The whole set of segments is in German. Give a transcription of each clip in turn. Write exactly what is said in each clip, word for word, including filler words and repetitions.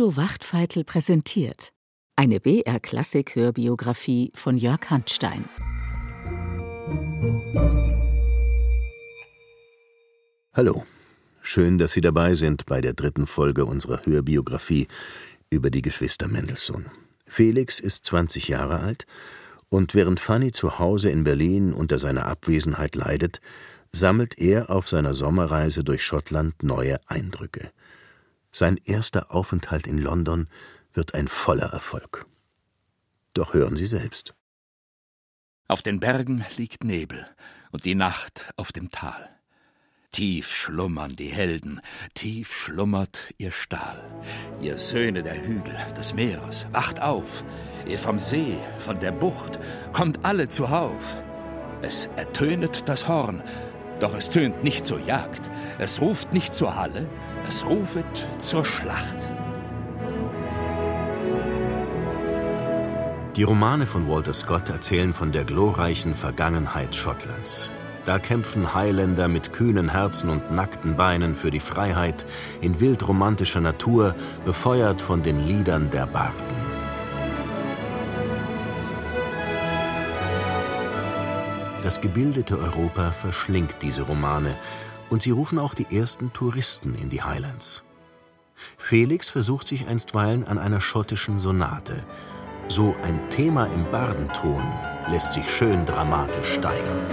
Udo Wachtfeitel präsentiert eine B R-Klassik-Hörbiografie von Jörg Hanstein. Hallo, schön, dass Sie dabei sind bei der dritten Folge unserer Hörbiografie über die Geschwister Mendelssohn. Felix ist zwanzig Jahre alt und während Fanny zu Hause in Berlin unter seiner Abwesenheit leidet, sammelt er auf seiner Sommerreise durch Schottland neue Eindrücke. Sein erster Aufenthalt in London wird ein voller Erfolg. Doch hören Sie selbst. Auf den Bergen liegt Nebel und die Nacht auf dem Tal. Tief schlummern die Helden, tief schlummert ihr Stahl. Ihr Söhne der Hügel, des Meeres, wacht auf. Ihr vom See, von der Bucht, kommt alle zuhauf. Es ertönet das Horn, doch es tönt nicht zur Jagd. Es ruft nicht zur Halle, es rufet zur Schlacht. Die Romane von Walter Scott erzählen von der glorreichen Vergangenheit Schottlands. Da kämpfen Highlander mit kühnen Herzen und nackten Beinen für die Freiheit in wildromantischer Natur, befeuert von den Liedern der Barden. Das gebildete Europa verschlingt diese Romane und sie rufen auch die ersten Touristen in die Highlands. Felix versucht sich einstweilen an einer schottischen Sonate. So ein Thema im Bardenton lässt sich schön dramatisch steigern.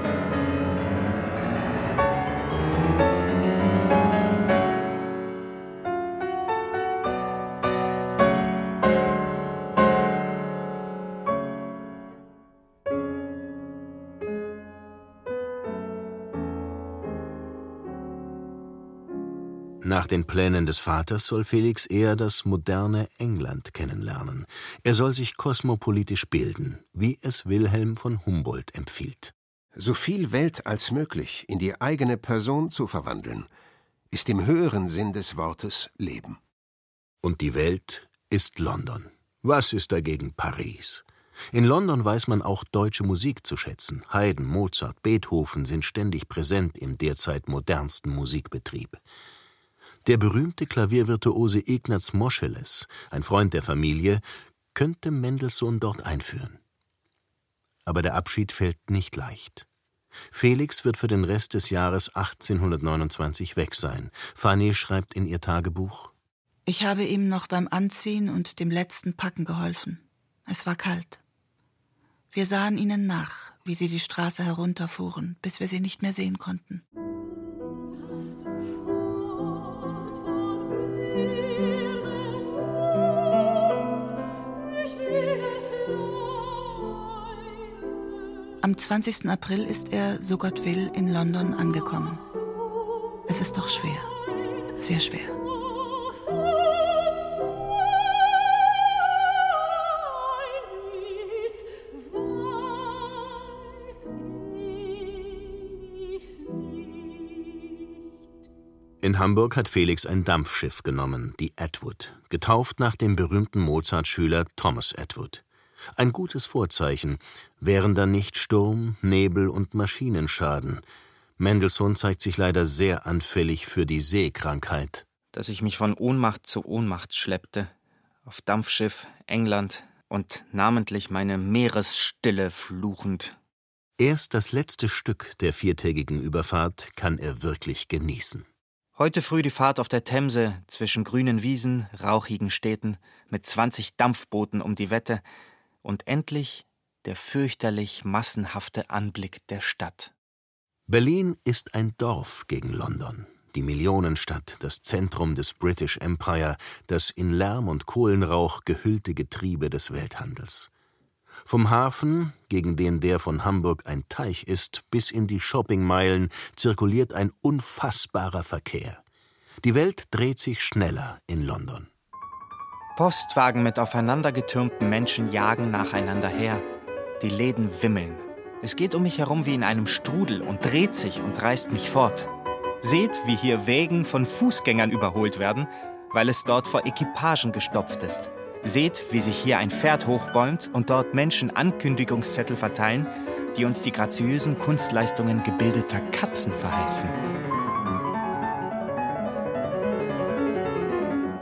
Nach den Plänen des Vaters soll Felix eher das moderne England kennenlernen. Er soll sich kosmopolitisch bilden, wie es Wilhelm von Humboldt empfiehlt. So viel Welt als möglich in die eigene Person zu verwandeln, ist im höheren Sinn des Wortes Leben. Und die Welt ist London. Was ist dagegen Paris? In London weiß man auch deutsche Musik zu schätzen. Haydn, Mozart, Beethoven sind ständig präsent im derzeit modernsten Musikbetrieb. Der berühmte Klaviervirtuose Ignaz Moscheles, ein Freund der Familie, könnte Mendelssohn dort einführen. Aber der Abschied fällt nicht leicht. Felix wird für den Rest des Jahres achtzehnhundertneunundzwanzig weg sein. Fanny schreibt in ihr Tagebuch: Ich habe ihm noch beim Anziehen und dem letzten Packen geholfen. Es war kalt. Wir sahen ihnen nach, wie sie die Straße herunterfuhren, bis wir sie nicht mehr sehen konnten. Am zwanzigsten April ist er, so Gott will, in London angekommen. Es ist doch schwer, sehr schwer. In Hamburg hat Felix ein Dampfschiff genommen, die Edward, getauft nach dem berühmten Mozart-Schüler Thomas Edward. Ein gutes Vorzeichen, wären dann nicht Sturm, Nebel und Maschinenschaden. Mendelssohn zeigt sich leider sehr anfällig für die Seekrankheit. Dass ich mich von Ohnmacht zu Ohnmacht schleppte, auf Dampfschiff, England und namentlich meine Meeresstille fluchend. Erst das letzte Stück der viertägigen Überfahrt kann er wirklich genießen. Heute früh die Fahrt auf der Themse zwischen grünen Wiesen, rauchigen Städten, mit zwanzig Dampfbooten um die Wette und endlich der fürchterlich massenhafte Anblick der Stadt. Berlin ist ein Dorf gegen London, die Millionenstadt, das Zentrum des British Empire, das in Lärm und Kohlenrauch gehüllte Getriebe des Welthandels. Vom Hafen, gegen den der von Hamburg ein Teich ist, bis in die Shoppingmeilen zirkuliert ein unfassbarer Verkehr. Die Welt dreht sich schneller in London. Postwagen mit aufeinandergetürmten Menschen jagen nacheinander her. Die Läden wimmeln. Es geht um mich herum wie in einem Strudel und dreht sich und reißt mich fort. Seht, wie hier Wägen von Fußgängern überholt werden, weil es dort vor Equipagen gestopft ist. Seht, wie sich hier ein Pferd hochbäumt und dort Menschen Ankündigungszettel verteilen, die uns die graziösen Kunstleistungen gebildeter Katzen verheißen.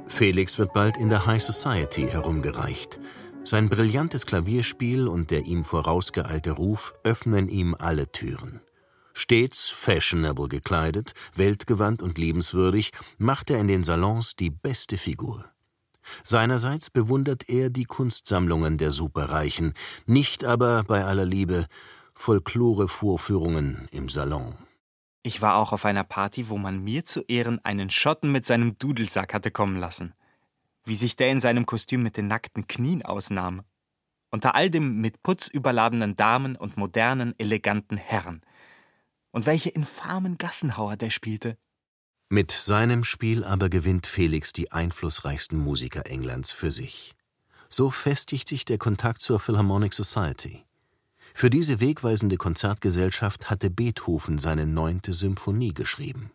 Felix wird bald in der High Society herumgereicht. Sein brillantes Klavierspiel und der ihm vorausgeeilte Ruf öffnen ihm alle Türen. Stets fashionable gekleidet, weltgewandt und liebenswürdig, macht er in den Salons die beste Figur. Seinerseits bewundert er die Kunstsammlungen der Superreichen, nicht aber, bei aller Liebe, Folklore-Vorführungen im Salon. Ich war auch auf einer Party, wo man mir zu Ehren einen Schotten mit seinem Dudelsack hatte kommen lassen. Wie sich der in seinem Kostüm mit den nackten Knien ausnahm. Unter all dem mit Putz überladenen Damen und modernen, eleganten Herren. Und welche infamen Gassenhauer der spielte. Mit seinem Spiel aber gewinnt Felix die einflussreichsten Musiker Englands für sich. So festigt sich der Kontakt zur Philharmonic Society. Für diese wegweisende Konzertgesellschaft hatte Beethoven seine neunte Symphonie geschrieben.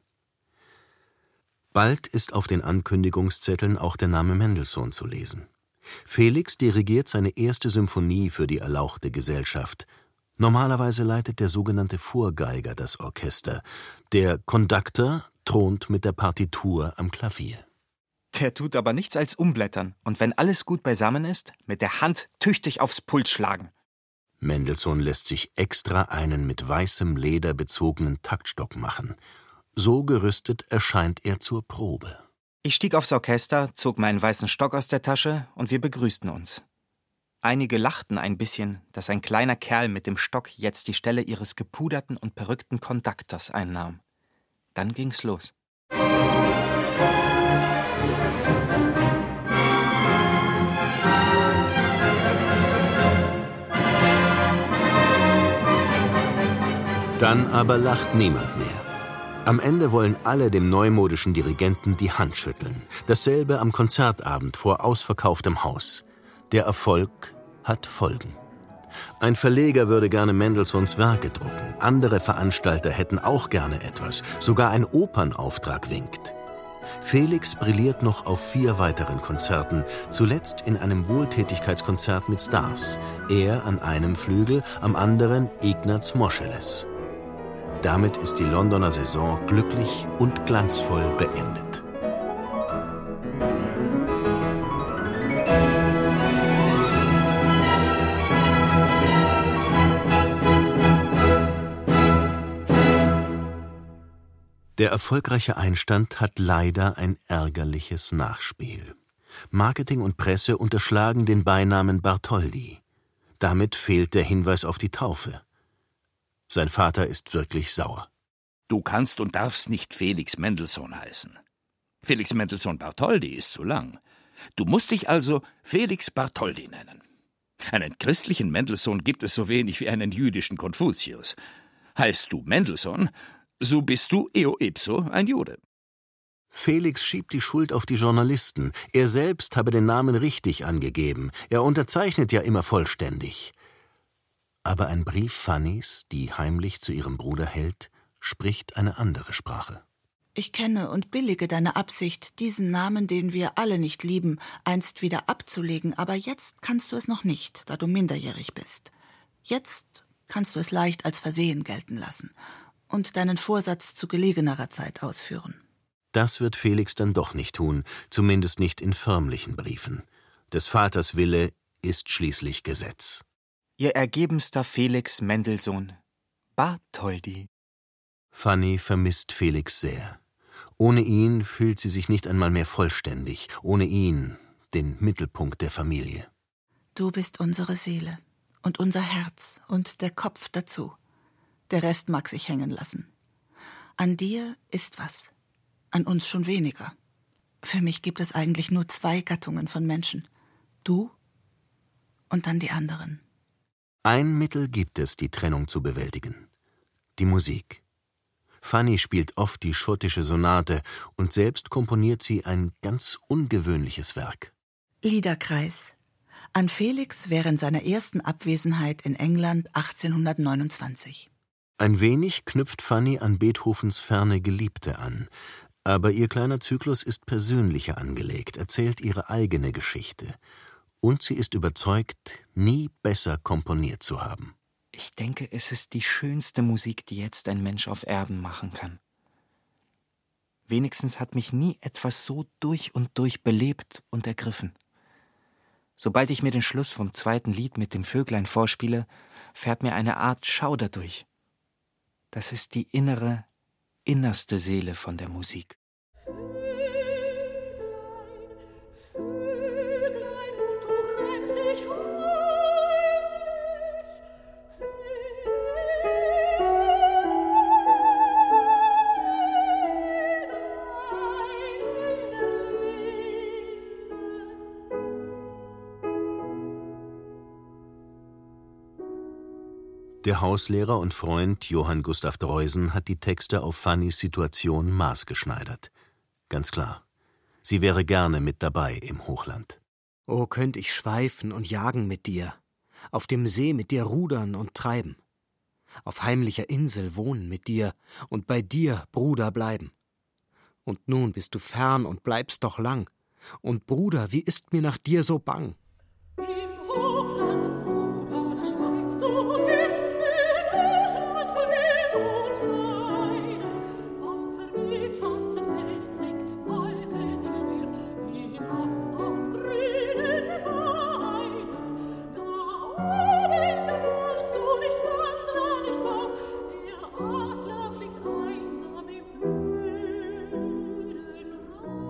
Bald ist auf den Ankündigungszetteln auch der Name Mendelssohn zu lesen. Felix dirigiert seine erste Symphonie für die erlauchte Gesellschaft. Normalerweise leitet der sogenannte Vorgeiger das Orchester. Der Conductor thront mit der Partitur am Klavier. Der tut aber nichts als umblättern und wenn alles gut beisammen ist, mit der Hand tüchtig aufs Pult schlagen. Mendelssohn lässt sich extra einen mit weißem Leder bezogenen Taktstock machen. So gerüstet erscheint er zur Probe. Ich stieg aufs Orchester, zog meinen weißen Stock aus der Tasche und wir begrüßten uns. Einige lachten ein bisschen, dass ein kleiner Kerl mit dem Stock jetzt die Stelle ihres gepuderten und perückten Konduktors einnahm. Dann ging's los. Dann aber lacht niemand mehr. Am Ende wollen alle dem neumodischen Dirigenten die Hand schütteln. Dasselbe am Konzertabend vor ausverkauftem Haus. Der Erfolg hat Folgen. Ein Verleger würde gerne Mendelssohns Werke drucken. Andere Veranstalter hätten auch gerne etwas. Sogar ein Opernauftrag winkt. Felix brilliert noch auf vier weiteren Konzerten, zuletzt in einem Wohltätigkeitskonzert mit Stars. Er an einem Flügel, am anderen Ignaz Moscheles. Damit ist die Londoner Saison glücklich und glanzvoll beendet. Der erfolgreiche Einstand hat leider ein ärgerliches Nachspiel. Marketing und Presse unterschlagen den Beinamen Bartholdy. Damit fehlt der Hinweis auf die Taufe. Sein Vater ist wirklich sauer. Du kannst und darfst nicht Felix Mendelssohn heißen. Felix Mendelssohn Bartholdy ist zu lang. Du musst dich also Felix Bartholdy nennen. Einen christlichen Mendelssohn gibt es so wenig wie einen jüdischen Konfuzius. Heißt du Mendelssohn, so bist du eo ipso ein Jude. Felix schiebt die Schuld auf die Journalisten. Er selbst habe den Namen richtig angegeben. Er unterzeichnet ja immer vollständig. Aber ein Brief Fannys, die heimlich zu ihrem Bruder hält, spricht eine andere Sprache. Ich kenne und billige deine Absicht, diesen Namen, den wir alle nicht lieben, einst wieder abzulegen, aber jetzt kannst du es noch nicht, da du minderjährig bist. Jetzt kannst du es leicht als Versehen gelten lassen und deinen Vorsatz zu gelegenerer Zeit ausführen. Das wird Felix dann doch nicht tun, zumindest nicht in förmlichen Briefen. Des Vaters Wille ist schließlich Gesetz. Ihr ergebenster Felix Mendelssohn, Bartholdy. Fanny vermisst Felix sehr. Ohne ihn fühlt sie sich nicht einmal mehr vollständig, ohne ihn, den Mittelpunkt der Familie. Du bist unsere Seele und unser Herz und der Kopf dazu. Der Rest mag sich hängen lassen. An dir ist was, an uns schon weniger. Für mich gibt es eigentlich nur zwei Gattungen von Menschen. Du und dann die anderen. Ein Mittel gibt es, die Trennung zu bewältigen. Die Musik. Fanny spielt oft die schottische Sonate und selbst komponiert sie ein ganz ungewöhnliches Werk. Liederkreis. An Felix während seiner ersten Abwesenheit in England achtzehnhundertneunundzwanzig. Ein wenig knüpft Fanny an Beethovens Ferne Geliebte an. Aber ihr kleiner Zyklus ist persönlicher angelegt, erzählt ihre eigene Geschichte. Und sie ist überzeugt, nie besser komponiert zu haben. Ich denke, es ist die schönste Musik, die jetzt ein Mensch auf Erden machen kann. Wenigstens hat mich nie etwas so durch und durch belebt und ergriffen. Sobald ich mir den Schluss vom zweiten Lied mit dem Vöglein vorspiele, fährt mir eine Art Schauder durch. Das ist die innere, innerste Seele von der Musik. Der Hauslehrer und Freund Johann Gustav Dreusen hat die Texte auf Fannys Situation maßgeschneidert. Ganz klar, sie wäre gerne mit dabei im Hochland. Oh, könnt ich schweifen und jagen mit dir, auf dem See mit dir rudern und treiben, auf heimlicher Insel wohnen mit dir und bei dir, Bruder, bleiben. Und nun bist du fern und bleibst doch lang, und Bruder, wie ist mir nach dir so bang? Im Hochland, Bruder, da schweifst du hin, im Hochland von Wind und Weide, vom verwitterten Feld senkt Wolke sich schwer, hinab auf grüne Weide. Da oben, da warst du nicht Wanderer, nicht Baum, der Adler fliegt einsam im öden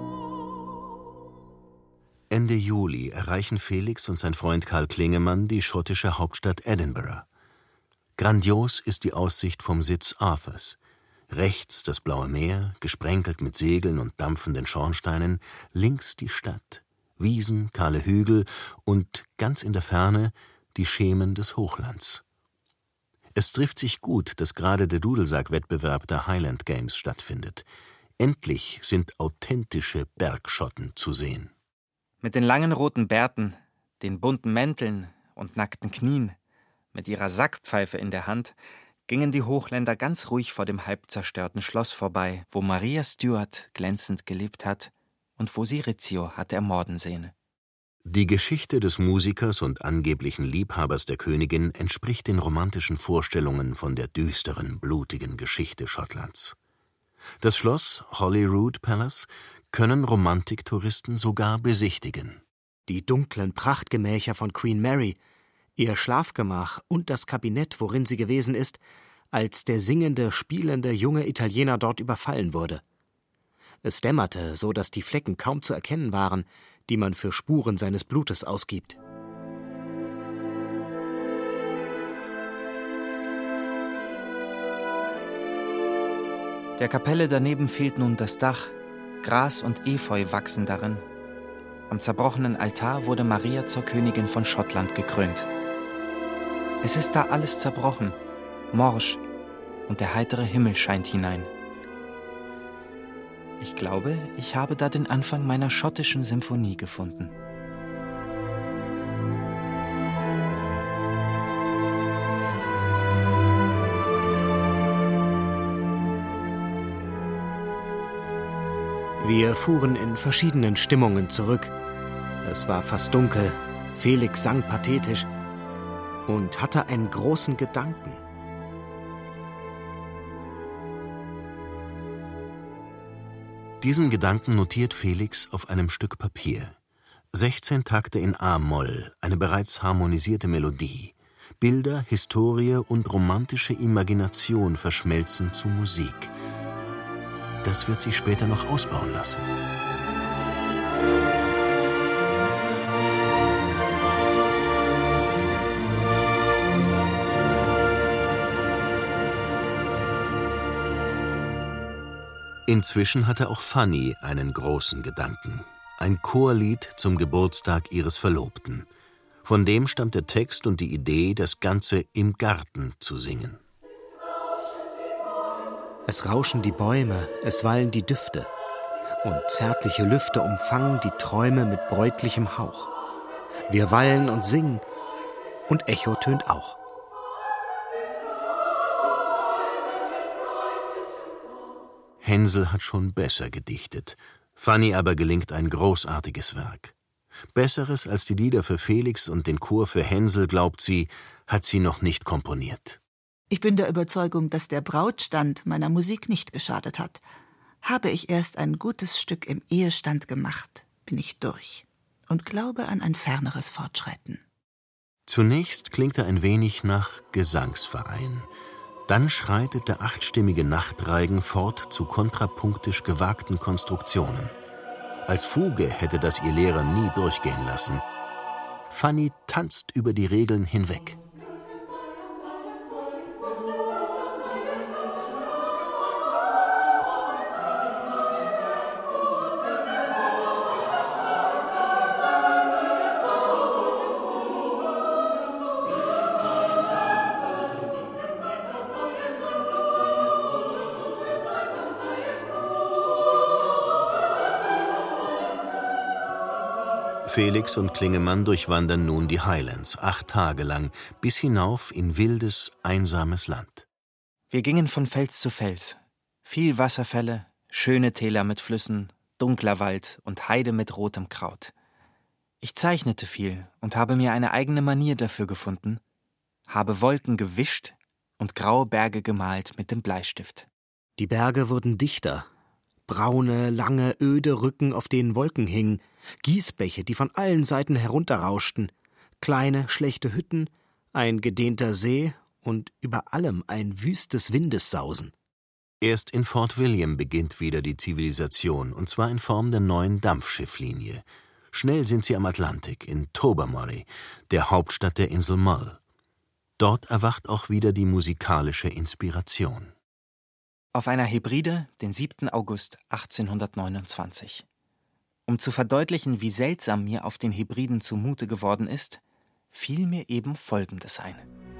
Raum. Ende Juli erreichen Felix und sein Freund Karl Klingemann die schottische Hauptstadt Edinburgh. Grandios ist die Aussicht vom Sitz Arthurs. Rechts das blaue Meer, gesprenkelt mit Segeln und dampfenden Schornsteinen, links die Stadt, Wiesen, kahle Hügel und ganz in der Ferne die Schemen des Hochlands. Es trifft sich gut, dass gerade der Dudelsack-Wettbewerb der Highland Games stattfindet. Endlich sind authentische Bergschotten zu sehen. Mit den langen roten Bärten, den bunten Mänteln und nackten Knien, mit ihrer Sackpfeife in der Hand, gingen die Hochländer ganz ruhig vor dem halb zerstörten Schloss vorbei, wo Maria Stuart glänzend gelebt hat und wo sie Rizzio hatte ermorden sehen. Die Geschichte des Musikers und angeblichen Liebhabers der Königin entspricht den romantischen Vorstellungen von der düsteren, blutigen Geschichte Schottlands. Das Schloss Holyrood Palace können Romantiktouristen sogar besichtigen. Die dunklen Prachtgemächer von Queen Mary, ihr Schlafgemach und das Kabinett, worin sie gewesen ist, als der singende, spielende junge Italiener dort überfallen wurde. Es dämmerte, so dass die Flecken kaum zu erkennen waren, die man für Spuren seines Blutes ausgibt. Der Kapelle daneben fehlt nun das Dach, Gras und Efeu wachsen darin. Am zerbrochenen Altar wurde Maria zur Königin von Schottland gekrönt. Es ist da alles zerbrochen, morsch, und der heitere Himmel scheint hinein. Ich glaube, ich habe da den Anfang meiner schottischen Symphonie gefunden. Wir fuhren in verschiedenen Stimmungen zurück. Es war fast dunkel, Felix sang pathetisch und hatte einen großen Gedanken. Diesen Gedanken notiert Felix auf einem Stück Papier. sechzehn Takte in A-Moll, eine bereits harmonisierte Melodie. Bilder, Historie und romantische Imagination verschmelzen zu Musik. Das wird sich später noch ausbauen lassen. Inzwischen hatte auch Fanny einen großen Gedanken. Ein Chorlied zum Geburtstag ihres Verlobten. Von dem stammt der Text und die Idee, das Ganze im Garten zu singen. Es rauschen die Bäume, es wallen die Düfte, und zärtliche Lüfte umfangen die Träume mit bräutlichem Hauch. Wir wallen und singen, und Echo tönt auch. Hänsel hat schon besser gedichtet, Fanny aber gelingt ein großartiges Werk. Besseres als die Lieder für Felix und den Chor für Hänsel, glaubt sie, hat sie noch nicht komponiert. Ich bin der Überzeugung, dass der Brautstand meiner Musik nicht geschadet hat. Habe ich erst ein gutes Stück im Ehestand gemacht, bin ich durch und glaube an ein ferneres Fortschreiten. Zunächst klingt er ein wenig nach Gesangsverein. Dann schreitet der achtstimmige Nachtreigen fort zu kontrapunktisch gewagten Konstruktionen. Als Fuge hätte das ihr Lehrer nie durchgehen lassen. Fanny tanzt über die Regeln hinweg. Felix und Klingemann durchwandern nun die Highlands, acht Tage lang, bis hinauf in wildes, einsames Land. Wir gingen von Fels zu Fels. Viel Wasserfälle, schöne Täler mit Flüssen, dunkler Wald und Heide mit rotem Kraut. Ich zeichnete viel und habe mir eine eigene Manier dafür gefunden, habe Wolken gewischt und graue Berge gemalt mit dem Bleistift. Die Berge wurden dichter. Braune, lange, öde Rücken, auf denen Wolken hingen, Gießbäche, die von allen Seiten herunterrauschten, kleine, schlechte Hütten, ein gedehnter See und über allem ein wüstes Windessausen. Erst in Fort William beginnt wieder die Zivilisation, und zwar in Form der neuen Dampfschifflinie. Schnell sind sie am Atlantik, in Tobermory, der Hauptstadt der Insel Mull. Dort erwacht auch wieder die musikalische Inspiration. Auf einer Hebride, den siebten August achtzehnhundertneunundzwanzig. Um zu verdeutlichen, wie seltsam mir auf den Hebriden zumute geworden ist, fiel mir eben Folgendes ein.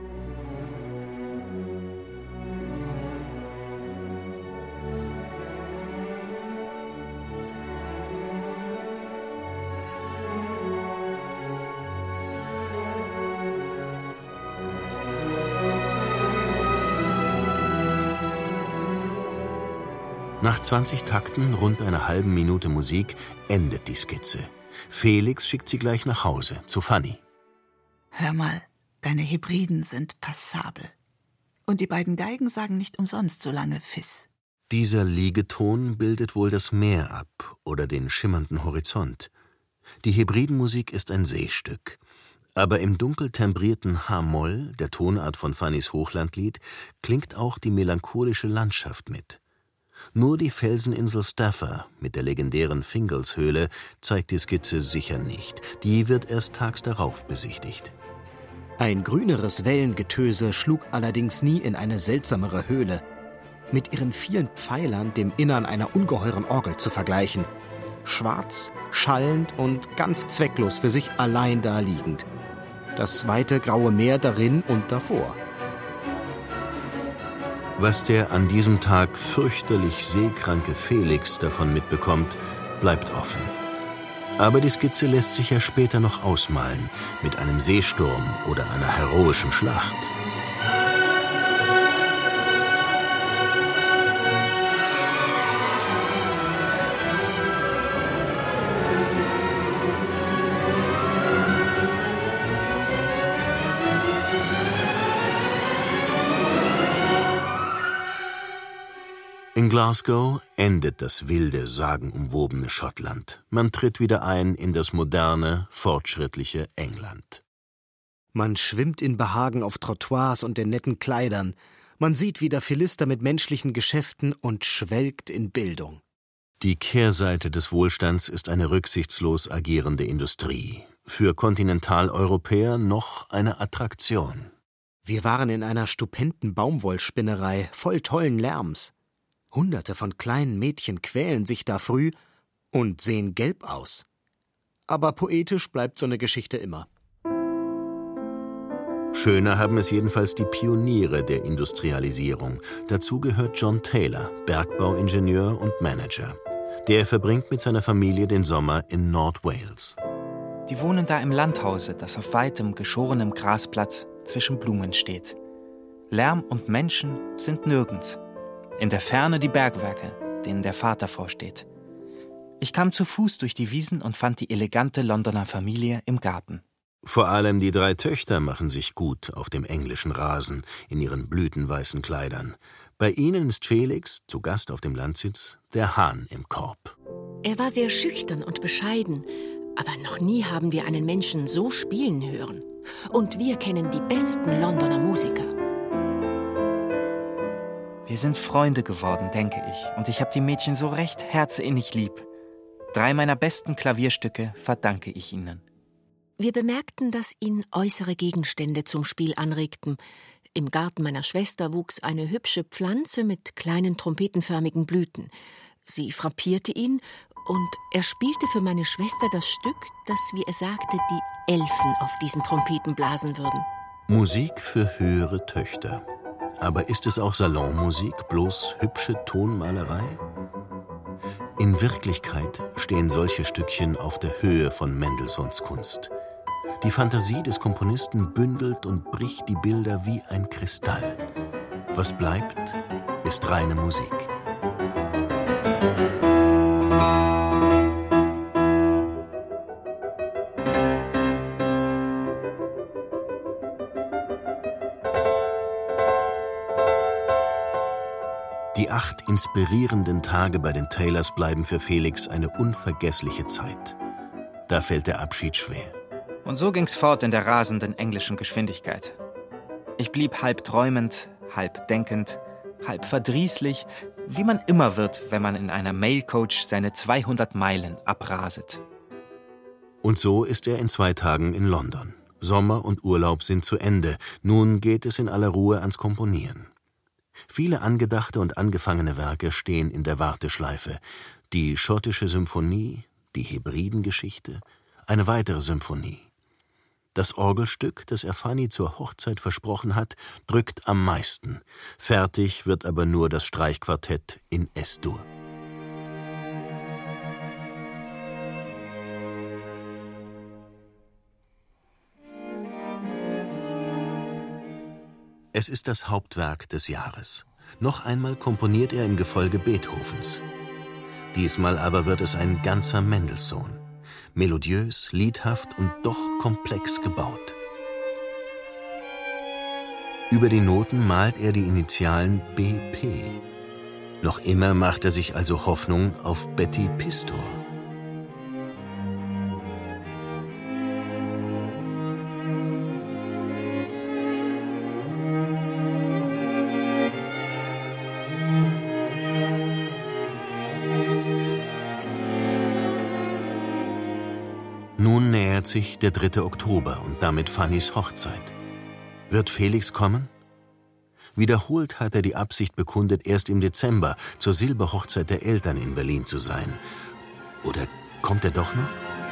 Nach zwanzig Takten, rund einer halben Minute Musik, endet die Skizze. Felix schickt sie gleich nach Hause, zu Fanny. Hör mal, deine Hebriden sind passabel. Und die beiden Geigen sagen nicht umsonst so lange Fiss. Dieser Liegeton bildet wohl das Meer ab oder den schimmernden Horizont. Die Hebridenmusik ist ein Seestück. Aber im dunkel tembrierten H-Moll, der Tonart von Fannys Hochlandlied, klingt auch die melancholische Landschaft mit. Nur die Felseninsel Staffa mit der legendären Fingalshöhle zeigt die Skizze sicher nicht. Die wird erst tags darauf besichtigt. Ein grüneres Wellengetöse schlug allerdings nie in eine seltsamere Höhle. Mit ihren vielen Pfeilern dem Innern einer ungeheuren Orgel zu vergleichen. Schwarz, schallend und ganz zwecklos für sich allein da liegend. Das weite graue Meer darin und davor. Was der an diesem Tag fürchterlich seekranke Felix davon mitbekommt, bleibt offen. Aber die Skizze lässt sich ja später noch ausmalen, mit einem Seesturm oder einer heroischen Schlacht. In Glasgow endet das wilde, sagenumwobene Schottland. Man tritt wieder ein in das moderne, fortschrittliche England. Man schwimmt in Behagen auf Trottoirs und in netten Kleidern. Man sieht wieder Philister mit menschlichen Geschäften und schwelgt in Bildung. Die Kehrseite des Wohlstands ist eine rücksichtslos agierende Industrie. Für Kontinentaleuropäer noch eine Attraktion. Wir waren in einer stupenden Baumwollspinnerei, voll tollen Lärms. Hunderte von kleinen Mädchen quälen sich da früh und sehen gelb aus. Aber poetisch bleibt so eine Geschichte immer. Schöner haben es jedenfalls die Pioniere der Industrialisierung. Dazu gehört John Taylor, Bergbauingenieur und Manager. Der verbringt mit seiner Familie den Sommer in Nordwales. Die wohnen da im Landhause, das auf weitem, geschorenem Grasplatz zwischen Blumen steht. Lärm und Menschen sind nirgends. In der Ferne die Bergwerke, denen der Vater vorsteht. Ich kam zu Fuß durch die Wiesen und fand die elegante Londoner Familie im Garten. Vor allem die drei Töchter machen sich gut auf dem englischen Rasen in ihren blütenweißen Kleidern. Bei ihnen ist Felix, zu Gast auf dem Landsitz, der Hahn im Korb. Er war sehr schüchtern und bescheiden, aber noch nie haben wir einen Menschen so spielen hören. Und wir kennen die besten Londoner Musiker. Wir sind Freunde geworden, denke ich, und ich habe die Mädchen so recht herzinnig lieb. Drei meiner besten Klavierstücke verdanke ich ihnen. Wir bemerkten, dass ihn äußere Gegenstände zum Spiel anregten. Im Garten meiner Schwester wuchs eine hübsche Pflanze mit kleinen trompetenförmigen Blüten. Sie frappierte ihn, und er spielte für meine Schwester das Stück, das, wie er sagte, die Elfen auf diesen Trompeten blasen würden. Musik für höhere Töchter. Aber ist es auch Salonmusik, bloß hübsche Tonmalerei? In Wirklichkeit stehen solche Stückchen auf der Höhe von Mendelssohns Kunst. Die Fantasie des Komponisten bündelt und bricht die Bilder wie ein Kristall. Was bleibt, ist reine Musik. Die acht inspirierenden Tage bei den Taylors bleiben für Felix eine unvergessliche Zeit. Da fällt der Abschied schwer. Und so ging's fort in der rasenden englischen Geschwindigkeit. Ich blieb halb träumend, halb denkend, halb verdrießlich, wie man immer wird, wenn man in einer Mailcoach seine zweihundert Meilen abraset. Und so ist er in zwei Tagen in London. Sommer und Urlaub sind zu Ende. Nun geht es in aller Ruhe ans Komponieren. Viele angedachte und angefangene Werke stehen in der Warteschleife. Die schottische Symphonie, die Hebridengeschichte, eine weitere Symphonie. Das Orgelstück, das er Fanny zur Hochzeit versprochen hat, drückt am meisten. Fertig wird aber nur das Streichquartett in Es-Dur. Es ist das Hauptwerk des Jahres. Noch einmal komponiert er im Gefolge Beethovens. Diesmal aber wird es ein ganzer Mendelssohn. Melodiös, liedhaft und doch komplex gebaut. Über die Noten malt er die Initialen B P. Noch immer macht er sich also Hoffnung auf Betty Pistor. Nun nähert sich der dritte Oktober und damit Fannys Hochzeit. Wird Felix kommen? Wiederholt hat er die Absicht bekundet, erst im Dezember zur Silberhochzeit der Eltern in Berlin zu sein. Oder kommt er doch noch?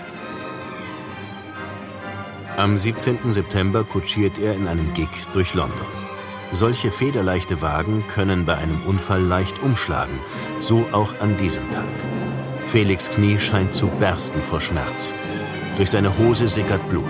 Am siebzehnten September kutschiert er in einem Gig durch London. Solche federleichte Wagen können bei einem Unfall leicht umschlagen, so auch an diesem Tag. Felix' Knie scheint zu bersten vor Schmerz. Durch seine Hose sickert Blut.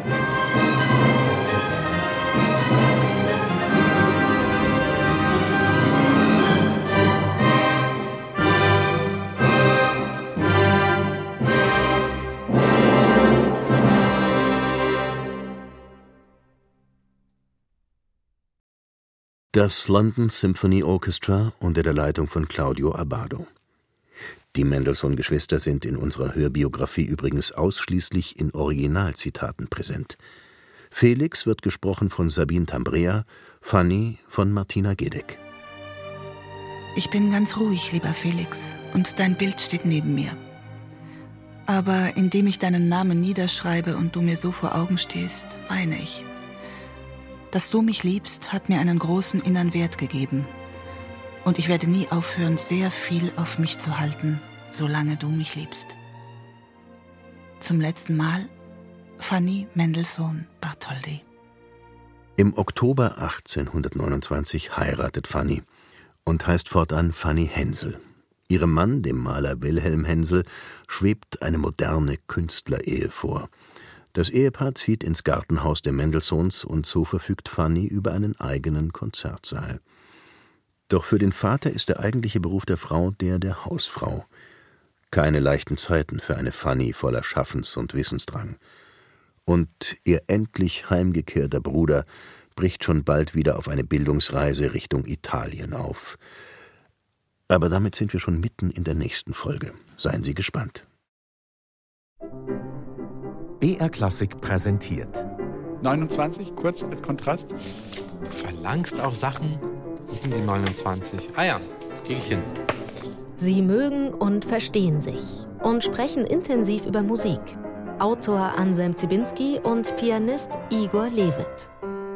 Das London Symphony Orchestra unter der Leitung von Claudio Abbado. Die Mendelssohn-Geschwister sind in unserer Hörbiografie übrigens ausschließlich in Originalzitaten präsent. Felix wird gesprochen von Sabine Tambrea, Fanny von Martina Gedeck. Ich bin ganz ruhig, lieber Felix, und dein Bild steht neben mir. Aber indem ich deinen Namen niederschreibe und du mir so vor Augen stehst, weine ich. Dass du mich liebst, hat mir einen großen inneren Wert gegeben. Und ich werde nie aufhören, sehr viel auf mich zu halten, solange du mich liebst. Zum letzten Mal, Fanny Mendelssohn Bartholdy. Im Oktober achtzehnhundertneunundzwanzig heiratet Fanny und heißt fortan Fanny Hensel. Ihrem Mann, dem Maler Wilhelm Hensel, schwebt eine moderne Künstlerehe vor. Das Ehepaar zieht ins Gartenhaus der Mendelssohns und so verfügt Fanny über einen eigenen Konzertsaal. Doch für den Vater ist der eigentliche Beruf der Frau der der Hausfrau. Keine leichten Zeiten für eine Fanny voller Schaffens- und Wissensdrang. Und ihr endlich heimgekehrter Bruder bricht schon bald wieder auf eine Bildungsreise Richtung Italien auf. Aber damit sind wir schon mitten in der nächsten Folge. Seien Sie gespannt. B R Klassik präsentiert. neunundzwanzig, kurz als Kontrast. Du verlangst auch Sachen. Sie sind die neunundzwanzig. Ah ja, krieg ich hin. Sie mögen und verstehen sich und sprechen intensiv über Musik. Autor Anselm Zibinski und Pianist Igor Levit.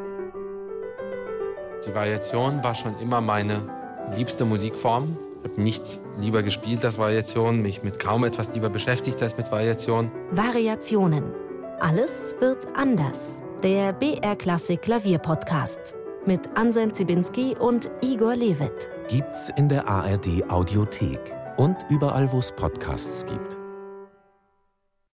Die Variation war schon immer meine liebste Musikform. Ich habe nichts lieber gespielt als Variation, mich mit kaum etwas lieber beschäftigt als mit Variation. Variationen. Alles wird anders. Der B R Klassik Klavier-Podcast mit Anselm Zibinski und Igor Levit. Gibt's in der A R D Audiothek und überall, wo es Podcasts gibt.